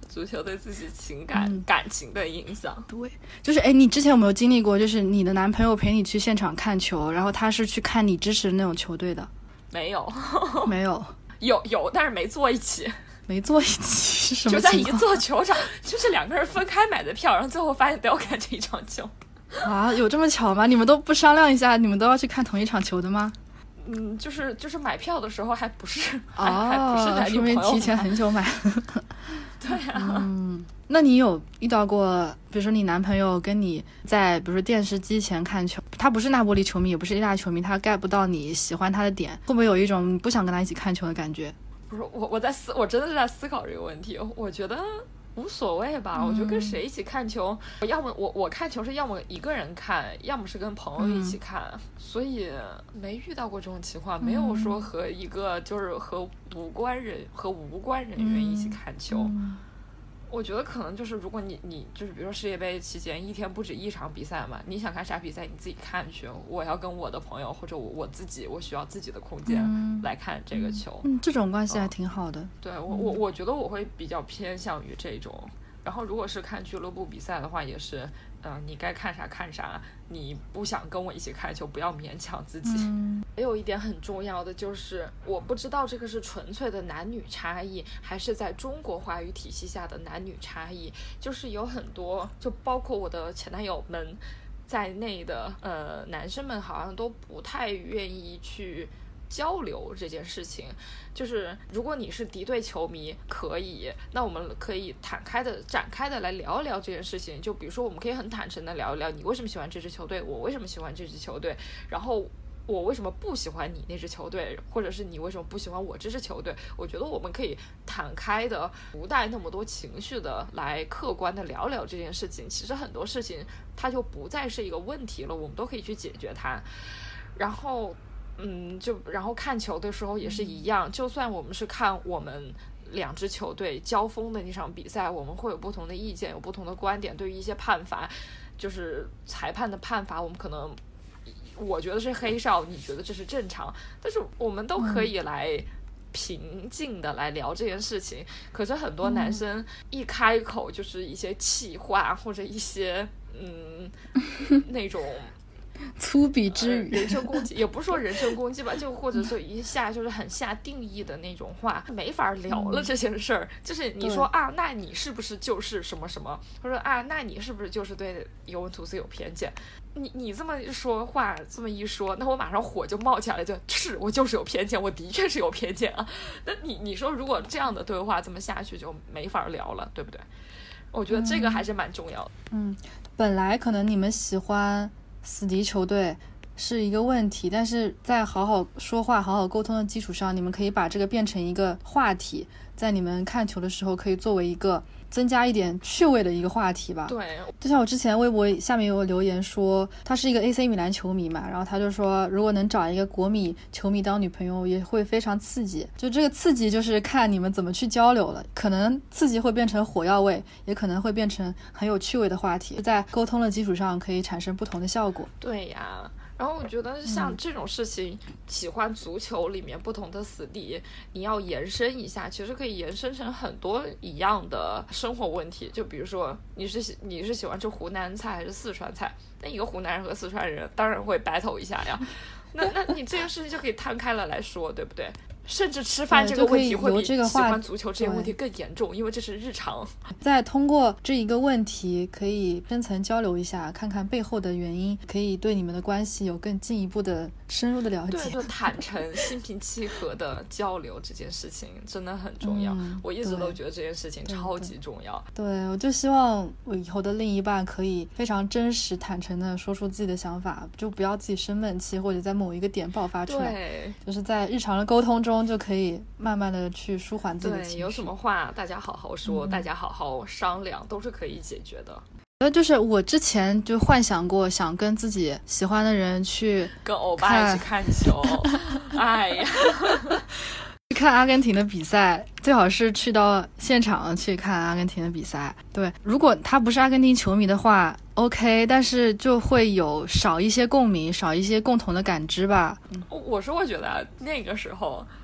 足球对自己情感、 嗯、 感情的影响。 对，就是哎，你之前有没有经历过，就是你的男朋友陪你去现场看球，然后他是去看你支持的那种球队的？ 没有， 没有， 有有，但是没坐一起。 没坐一起是什么情况？ 情就在一座球场，就是两个人分开买的票，然后最后发现都要看这一场球。 啊，有这么巧吗？你们都不商量一下，你们都要去看同一场球的吗？ 嗯，就是就是买票的时候还不是， 哦， 还还不是男女说朋友明提前很久买。 对啊， 嗯，那你有遇到过，比如说你男朋友跟你在，比如说电视机前看球，他不是那不勒球迷，也不是意大利球迷，他 get 不到你喜欢他的点，会不会有一种不想跟他一起看球的感觉？ 不是我，我在思，我真的是在思考这个问题。我觉得无所谓吧，嗯、我觉得跟谁一起看球，要么我我看球是要么一个人看，要么是跟朋友一起看，嗯、所以没遇到过这种情况，没有说和一个就是和无关人和无关人员一起看球。嗯嗯我觉得可能就是如果你你就是比如说世界杯期间一天不止一场比赛嘛，你想看啥比赛你自己看去，我要跟我的朋友或者我我自己，我需要自己的空间来看这个球。 嗯，这种关系还挺好的。 嗯、对我我我觉得我会比较偏向于这种。然后如果是看俱乐部比赛的话，也是嗯、呃，你该看啥看啥，你不想跟我一起看球不要勉强自己。嗯，还有一点很重要的就是，我不知道这个是纯粹的男女差异，还是在中国话语体系下的男女差异。就是有很多，就包括我的前男友们在内的呃男生们，好像都不太愿意去交流这件事情。就是如果你是敌对球迷可以，那我们可以坦开的展开的来聊一聊这件事情。就比如说我们可以很坦诚的聊一聊你为什么喜欢这支球队，我为什么喜欢这支球队，然后我为什么不喜欢你那支球队，或者是你为什么不喜欢我这支球队。我觉得我们可以坦开的不带那么多情绪的来客观的聊聊这件事情。其实很多事情它就不再是一个问题了，我们都可以去解决它。然后嗯，就然后看球的时候也是一样，就算我们是看我们两支球队交锋的那场比赛，我们会有不同的意见，有不同的观点，对于一些判罚，就是裁判的判罚，我们可能我觉得是黑哨，你觉得这是正常，但是我们都可以来平静的来聊这件事情。可是很多男生一开口就是一些气话，或者一些嗯那种粗鄙之语、 呃、人身攻击，也不是说人身攻击吧，就或者说一下就是很下定义的那种话，没法聊了这件事儿、嗯、就是你说啊，那你是不是就是什么什么，或者啊，那你是不是就是对尤文图斯有偏见，你你这么说话这么一说，那我马上火就冒起来，就是我就是有偏见，我的确是有偏见啊。那你你说如果这样的对话这么下去就没法聊了，对不对？我觉得这个还是蛮重要的。 嗯，本来可能你们喜欢死敌球队是一个问题，但是在好好说话好好沟通的基础上，你们可以把这个变成一个话题，在你们看球的时候可以作为一个增加一点趣味的一个话题吧。 对， 就像我之前微博下面有留言说他是一个 A C 米兰球迷嘛，然后他就说如果能找一个国米球迷当女朋友也会非常刺激，就这个刺激就是看你们怎么去交流了，可能刺激会变成火药味，也可能会变成很有趣味的话题，在沟通的基础上可以产生不同的效果。 对呀，然后我觉得像这种事情、嗯、喜欢足球里面不同的死敌，你要延伸一下，其实可以延伸成很多一样的生活问题。就比如说你是你是喜欢吃湖南菜还是四川菜，那一个湖南人和四川人当然会 battle 一下呀。那那你这件事情就可以摊开了来说，对不对？甚至吃饭这个问题会比喜欢足球这个问题更严重，因为这是日常。 再通过这一个问题可以深层交流一下，看看背后的原因，可以对你们的关系有更进一步的深入的了解。 对，就坦诚心平气和的交流这件事情真的很重要、嗯、我一直都觉得这件事情超级重要。 对, 对, 对，我就希望我以后的另一半可以非常真实坦诚的说出自己的想法，就不要自己生闷气，或者在某一个点爆发出来。 对， 就是在日常的沟通中就可以慢慢的去舒缓自己的情绪。 对，有什么话大家好好说、嗯、大家好好商量，都是可以解决的。 呃，就是我之前就幻想过想跟自己喜欢的人去跟欧巴一起看球哎呀看阿根廷的比赛，最好是去到现场去看阿根廷的比赛。对，如果他不是阿根廷球迷的话 OK， 但是就会有少一些共鸣，少一些共同的感知吧。 我是会觉得那个时候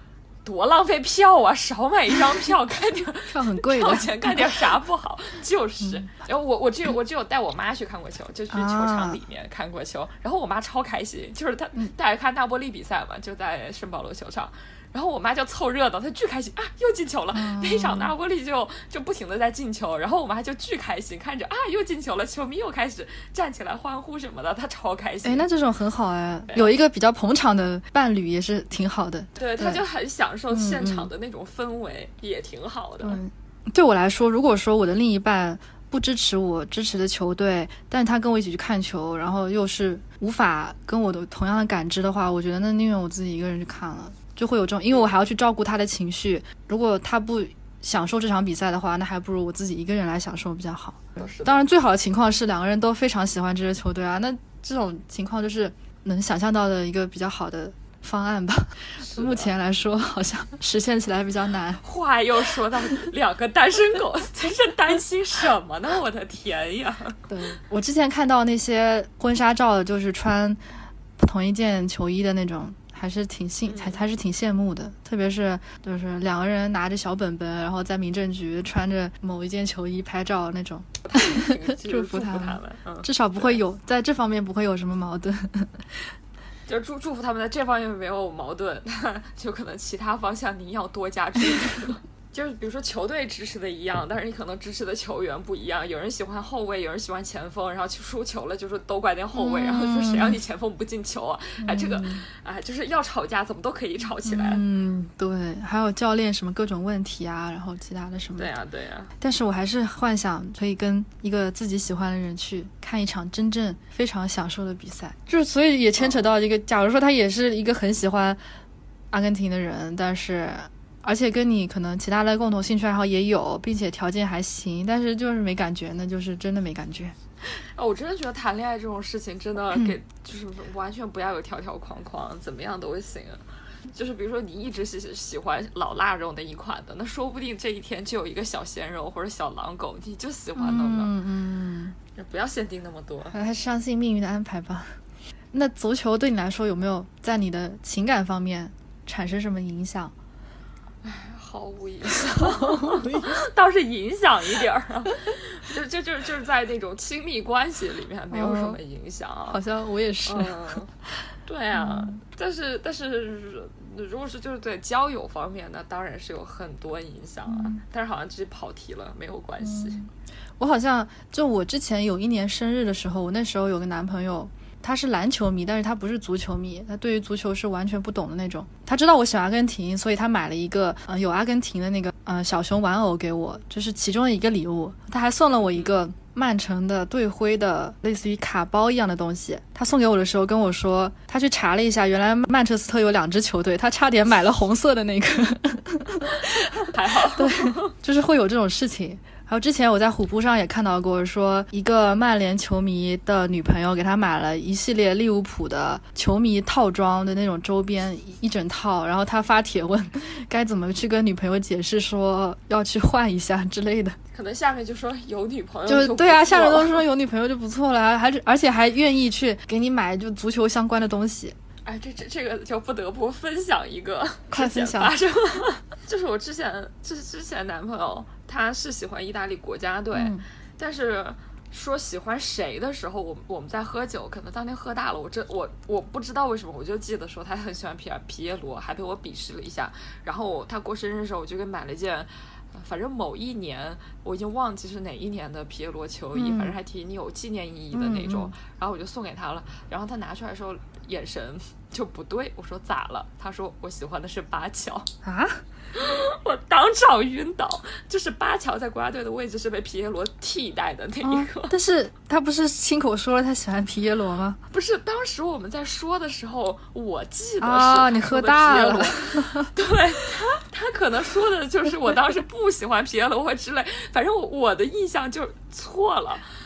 多浪费票啊，少买一张票干点票很贵的， 票钱干点啥不好？就是， 嗯、 然后我我只有我只有带我妈去看过球，就去球场里面看过球，啊、然后我妈超开心，就是她带着看那波利比赛嘛，就在圣保罗球场。然后我妈就凑热闹，她巨开心啊，又进球了！嗯、那一场那波利就就不停的在进球，然后我妈就巨开心，看着啊又进球了，球迷又开始站起来欢呼什么的，她超开心。 哎，那这种很好哎，有一个比较捧场的伴侣也是挺好的。 对，她就很享受现场的那种氛围，嗯、也挺好的。 对，对我来说，如果说我的另一半不支持我支持的球队，但是他跟我一起去看球，然后又是无法跟我的同样的感知的话，我觉得那宁愿我自己一个人去看了。就会有这种，因为我还要去照顾他的情绪，如果他不享受这场比赛的话，那还不如我自己一个人来享受比较好。当然最好的情况是两个人都非常喜欢这支球队啊，那这种情况就是能想象到的一个比较好的方案吧。目前来说好像实现起来比较难。 话又说到两个单身狗，真是担心什么呢？我的天呀！ 对，我之前看到那些婚纱照，就是穿同一件球衣的那种，还是挺羡还还是挺羡慕的，特别是就是两个人拿着小本本，然后在民政局穿着某一件球衣拍照那种，祝福他们，他们嗯、至少不会有在这方面不会有什么矛盾。 就祝祝福他们在这方面没有矛盾，就可能其他方向你要多加注意。就是比如说球队支持的一样，但是你可能支持的球员不一样，有人喜欢后卫，有人喜欢前锋，然后输球了就是都怪那后卫，嗯、然后说谁让你前锋不进球啊？哎、嗯，这个哎就是要吵架怎么都可以吵起来。 嗯，对，还有教练什么各种问题啊，然后其他的什么。 对呀、啊、对呀、啊。 但是我还是幻想可以跟一个自己喜欢的人去看一场真正非常享受的比赛，就是所以也牵扯到一个，哦、假如说他也是一个很喜欢阿根廷的人，但是。而且跟你可能其他的共同兴趣爱好也有，并且条件还行，但是就是没感觉，那就是真的没感觉。 哦，我真的觉得谈恋爱这种事情真的给、嗯、就是完全不要有条条框框，怎么样都行。就是比如说你一直喜喜欢老腊肉那一款的，那说不定这一天就有一个小鲜肉或者小狼狗，你就喜欢了呢。 嗯嗯， 不要限定那么多， 还是相信命运的安排吧。那足球对你来说有没有在你的情感方面产生什么影响？ 毫无影响，倒是影响一点啊，就就就就是在那种亲密关系里面没有什么影响啊。 哦、好像我也是。 嗯、对啊，嗯、但是但是如果是就是对交友方面呢，当然是有很多影响啊。嗯、但是好像只是跑题了，没有关系。 嗯、我好像就我之前有一年生日的时候，我那时候有个男朋友。他是篮球迷，但是他不是足球迷，他对于足球是完全不懂的那种。他知道我喜欢阿根廷，所以他买了一个呃有阿根廷的那个呃小熊玩偶给我，就是其中的一个礼物。他还送了我一个曼城的队徽的类似于卡包一样的东西。他送给我的时候跟我说，他去查了一下，原来曼彻斯特有两支球队，他差点买了红色的那个。 还好， 对，就是会有这种事情。还有之前我在虎扑上也看到过，说一个曼联球迷的女朋友给他买了一系列利物浦的球迷套装的那种周边一整套，然后他发帖问该怎么去跟女朋友解释说要去换一下之类的。 可能下面就说有女朋友就对啊，下面都说有女朋友就不错了，还而且还愿意去给你买就足球相关的东西。 哎，这这这个就不得不分享一个， 快分享！ 发生就是我之前之之前男朋友他是喜欢意大利国家队，嗯、但是说喜欢谁的时候，我我们在喝酒，可能当天喝大了，我这我我不知道为什么，我就记得说他很喜欢皮尔皮耶罗，还被我鄙视了一下。然后他过生日的时候，我就给买了一件。反正某一年我已经忘记是哪一年的皮耶罗球衣、嗯、反正还挺有纪念意义的那种、嗯嗯、然后我就送给他了，然后他拿出来的时候眼神就不对，我说咋了？他说我喜欢的是巴乔啊， 我当场晕倒，就是巴乔在国家队的位置是被皮耶罗替代的那一个、 哦、但是他不是亲口说了他喜欢皮耶罗吗？ 不是，当时我们在说的时候我记得是啊、哦，你喝大了对他他可能说的就是我当时不喜欢皮耶罗或之类，反正我我的印象就错了。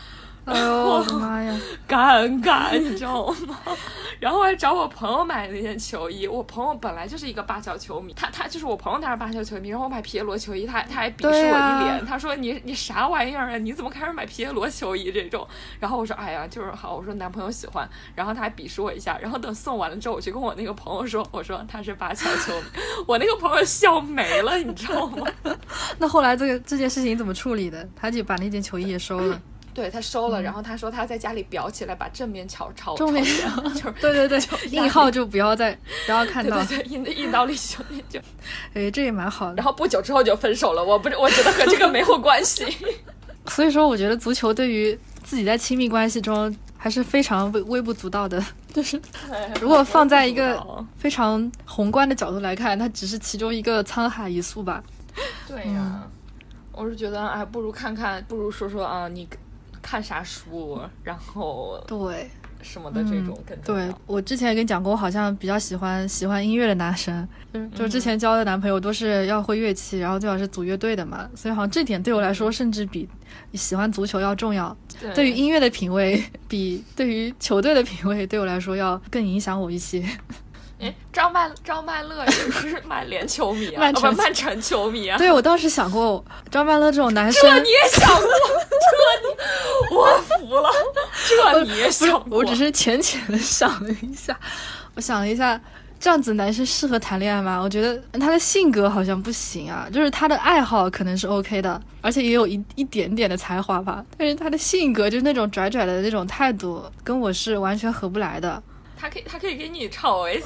哎呦我的妈呀， 尴尬，你知道吗？然后还找我朋友买那件球衣，我朋友本来就是一个巴乔球迷，他他就是我朋友他是巴乔球迷，然后我买皮耶罗球衣，他他还鄙视我一脸，啊、他说你你啥玩意儿啊？你怎么开始买皮耶罗球衣这种？然后我说哎呀，就是好，我说男朋友喜欢，然后他还鄙视我一下，然后等送完了之后，我去跟我那个朋友说，我说他是巴乔球迷，我那个朋友笑没了，你知道吗？ 那后来这个这件事情怎么处理的？他就把那件球衣也收了。 对他收了、嗯，然后他说他在家里裱起来，把正面朝朝正面就是对对对，印号就不要再不要看到， 对对对，印印到里就就， 哎，这也蛮好的。 然后不久之后就分手了，我不我觉得和这个没有关系。 所以说，我觉得足球对于自己在亲密关系中还是非常微微不足道的，就是如果放在一个非常宏观的角度来看，它只是其中一个沧海一粟吧。 对呀、啊嗯，我是觉得哎，不如看看，不如说说啊，你。看啥书，然后对什么的这种更、 嗯、对，我之前也跟你讲过，我好像比较喜欢喜欢音乐的男生，就是就之前交的男朋友都是要会乐器，然后最好是组乐队的嘛，所以好像这点对我来说甚至比喜欢足球要重要。对，对于音乐的品味比对于球队的品味对我来说要更影响我一些。 哎，张曼张曼乐也是曼联球迷啊，曼城、哦、曼城球迷啊。 对，我当时想过张曼乐这种男生， 这你也想过？这你，我服了，这你也想过？ 我只是浅浅的想了一下，我想了一下，这样子男生适合谈恋爱吗？我觉得他的性格好像不行啊，就是他的爱好可能是 OK 的，而且也有一一点点的才华吧，但是他的性格就是那种拽拽的那种态度，跟我是完全合不来的。 他可以，他可以给你唱 Oasis。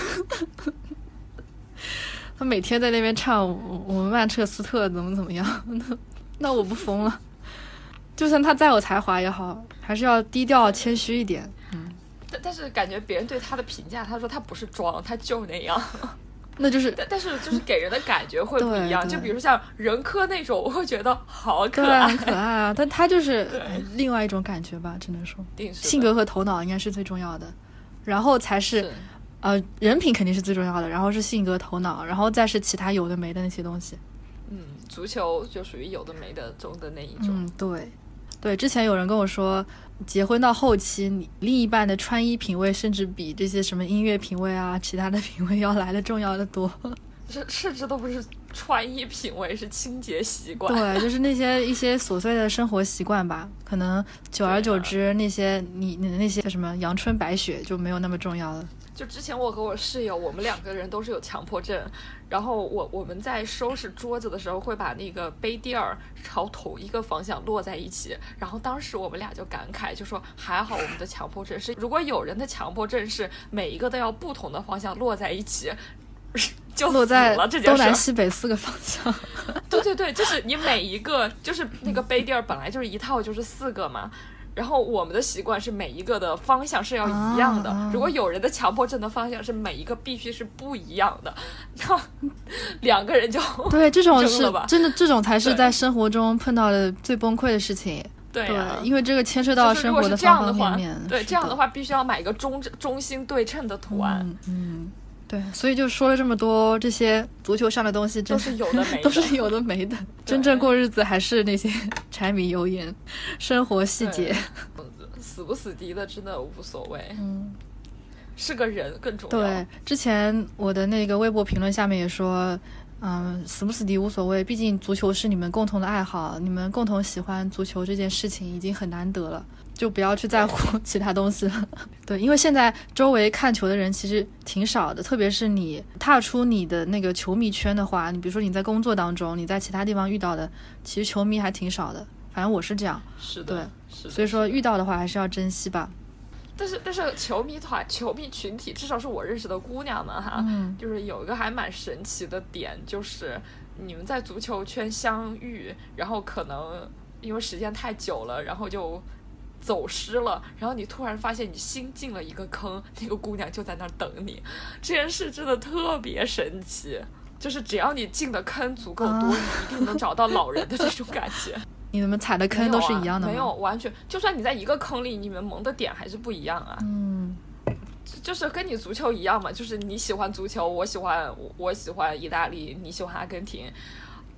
他每天在那边唱我们曼彻斯特怎么怎么样，那那我不疯了。就算他再有才华也好，还是要低调谦虚一点。嗯， 但但是感觉别人对他的评价，他说他不是装，他就那样。 那就是， 但但是就是给人的感觉会不一样。就比如像任科那种，我会觉得好可爱， 很可爱啊。但他就是另外一种感觉吧，只能说性格和头脑应该是最重要的。然后才是，是呃，人品肯定是最重要的，然后是性格、头脑，然后再是其他有的没的那些东西。 嗯，足球就属于有的没的中的那一种。 嗯，对，对。之前有人跟我说，结婚到后期，你另一半的穿衣品味甚至比这些什么音乐品味啊、其他的品味要来的重要的多。 是，甚至都不是穿衣品味，是清洁习惯。 对，就是那些一些琐碎的生活习惯吧，可能久而久之，那些你你的那些什么阳春白雪就没有那么重要了。 就之前我和我室友，我们两个人都是有强迫症，然后我我们在收拾桌子的时候，会把那个杯垫儿朝同一个方向落在一起，然后当时我们俩就感慨，就说还好我们的强迫症是，如果有人的强迫症是每一个都要不同的方向落在一起。就落在东南西北四个方向。 对对对，就是你每一个，就是那个杯垫本来就是一套就是四个嘛，然后我们的习惯是每一个的方向是要一样的、啊、如果有人的强迫症的方向是每一个必须是不一样的，那两个人就对，这种是真的，这种才是在生活中碰到的最崩溃的事情。 对、啊、 对，因为这个牵涉到生活的方方面面、 就是、对，这样的话必须要买一个中中心对称的图案。 嗯嗯，对，所以就说了这么多，这些足球上的东西真都是有的没的， 都是有的没的。真正过日子还是那些柴米油盐，生活细节。 死不死敌的真的无所谓， 嗯， 是个人更重要。 对，之前我的那个微博评论下面也说，嗯，死不死敌无所谓，毕竟足球是你们共同的爱好，你们共同喜欢足球这件事情已经很难得了。就不要去在乎其他东西了。对，因为现在周围看球的人其实挺少的，特别是你踏出你的那个球迷圈的话，你比如说你在工作当中，你在其他地方遇到的，其实球迷还挺少的。反正我是这样。 是的， 对， 是的， 所以说遇到的话还是要珍惜吧。 但是但是球迷团、球迷群体，至少是我认识的姑娘们哈， 嗯， 就是有一个还蛮神奇的点，就是你们在足球圈相遇，然后可能因为时间太久了，然后就走失了，然后你突然发现你新进了一个坑，那个姑娘就在那儿等你，这件事真的特别神奇，就是只要你进的坑足够多、啊、你一定能找到老人的这种感觉。 你们踩的坑都是一样的吗？ 没有、啊、没有，完全就算你在一个坑里，你们蒙的点还是不一样啊。 嗯， 就是跟你足球一样嘛，就是你喜欢足球，我喜欢我喜欢意大利，你喜欢阿根廷，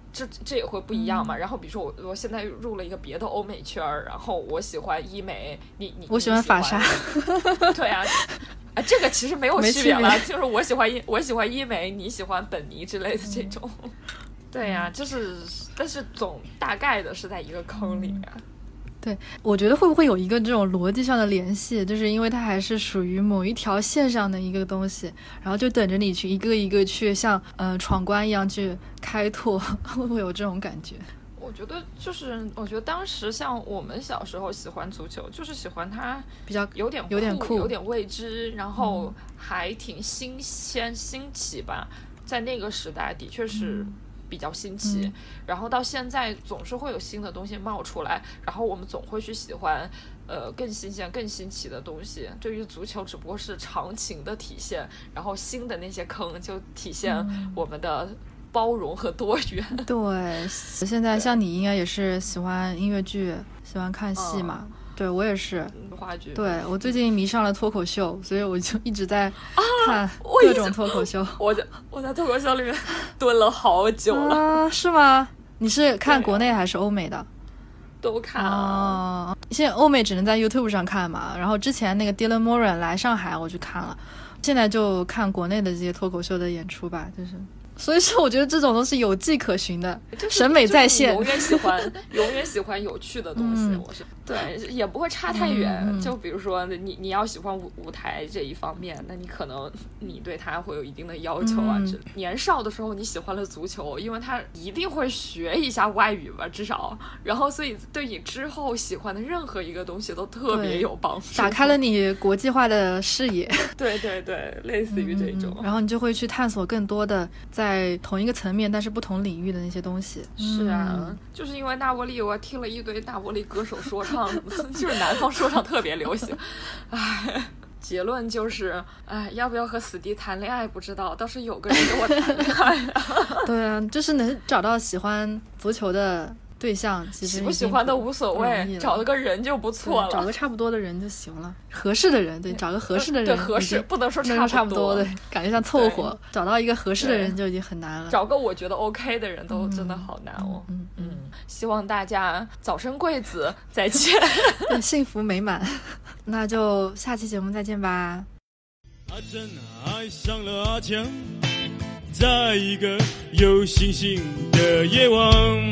这这也会不一样嘛。然后比如说我我现在入了一个别的欧美圈，然后我喜欢医美，你你我喜欢法莎， 对啊。啊，这个其实没有区别了，就是我喜欢医我喜欢医美，你喜欢本尼之类的这种。嗯、对呀、啊，就是但是总大概的是在一个坑里面。 对，我觉得会不会有一个这种逻辑上的联系，就是因为它还是属于某一条线上的一个东西，然后就等着你去一个一个去像呃闯关一样去开拓，会不会有这种感觉？ 我觉得就是，我觉得当时像我们小时候喜欢足球，就是喜欢它比较有点酷有点酷， 有点未知，然后还挺新鲜新奇吧。在那个时代，的确是。嗯比较新奇、嗯、然后到现在总是会有新的东西冒出来，然后我们总会去喜欢呃更新鲜更新奇的东西。对于足球只不过是常情的体现，然后新的那些坑就体现我们的包容和多元、 嗯、对，现在像你应该也是喜欢音乐剧喜欢看戏嘛、嗯，对我也是话剧， 对我最近迷上了脱口秀，所以我就一直在看各种脱口秀。 啊、我在我在脱口秀里面蹲了好久了、 啊、是吗？你是看国内还是欧美的？ 都看啊。 现在欧美只能在 YouTube 上看嘛，然后之前那个 Dylan Moran 来上海我去看了，现在就看国内的这些脱口秀的演出吧，就是。所以说我觉得这种都是有迹可循的、 就是、 审美在线、 就是、永远喜欢永远喜欢有趣的东西、嗯、我是对也不会差太远、嗯、就比如说你你要喜欢舞舞台这一方面，那你可能你对它会有一定的要求啊、嗯、年少的时候你喜欢了足球，因为他一定会学一下外语吧至少，然后所以对你之后喜欢的任何一个东西都特别有帮助， 打开了你国际化的视野。 对对对，类似于这种、 嗯、然后你就会去探索更多的在同一个层面但是不同领域的那些东西。 是啊、嗯、就是因为大伯利我听了一堆大伯利歌手说唱就是南方说唱特别流行。唉，结论就是唉，要不要和死敌谈恋爱不知道，倒是有个人跟我谈恋爱、啊、 对啊，就是能找到喜欢足球的对象，其实喜不喜欢的无所谓，找了个人就不错了， 找个差不多的人就行了，合适的人，对，找个合适的人， 对，合适不能说差不多， 差不多的感觉像凑合，找到一个合适的人就已经很难了， 找个我觉得 OK 的人都真的好难哦。嗯 嗯, 嗯, 嗯，希望大家早生贵子，再见， 幸福美满。那就下期节目再见吧。 阿珍爱上了阿强，在一个有星星的夜晚，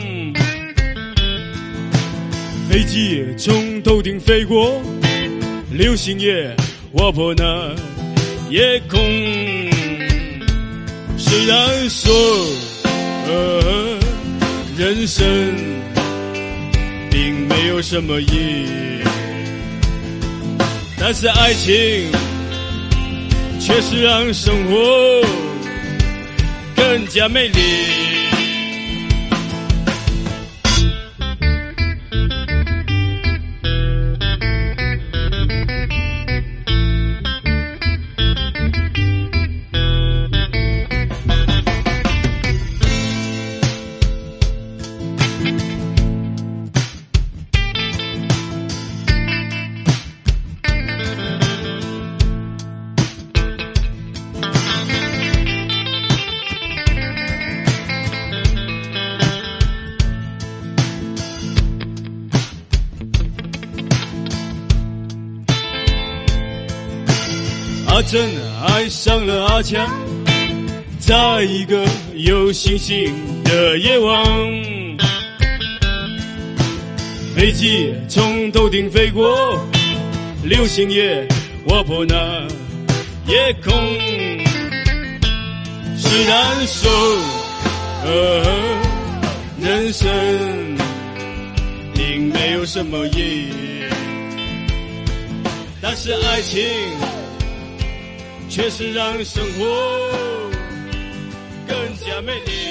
飞机从头顶飞过，流星也划破那夜空。虽然说、呃、人生并没有什么意义，但是爱情却是让生活更加美丽。阿珍爱上了阿强，在一个有星星的夜晚，飞机从头顶飞过，流星也划破那夜空。虽然说、呃、人生并没有什么意义，但是爱情却是让生活更加美丽。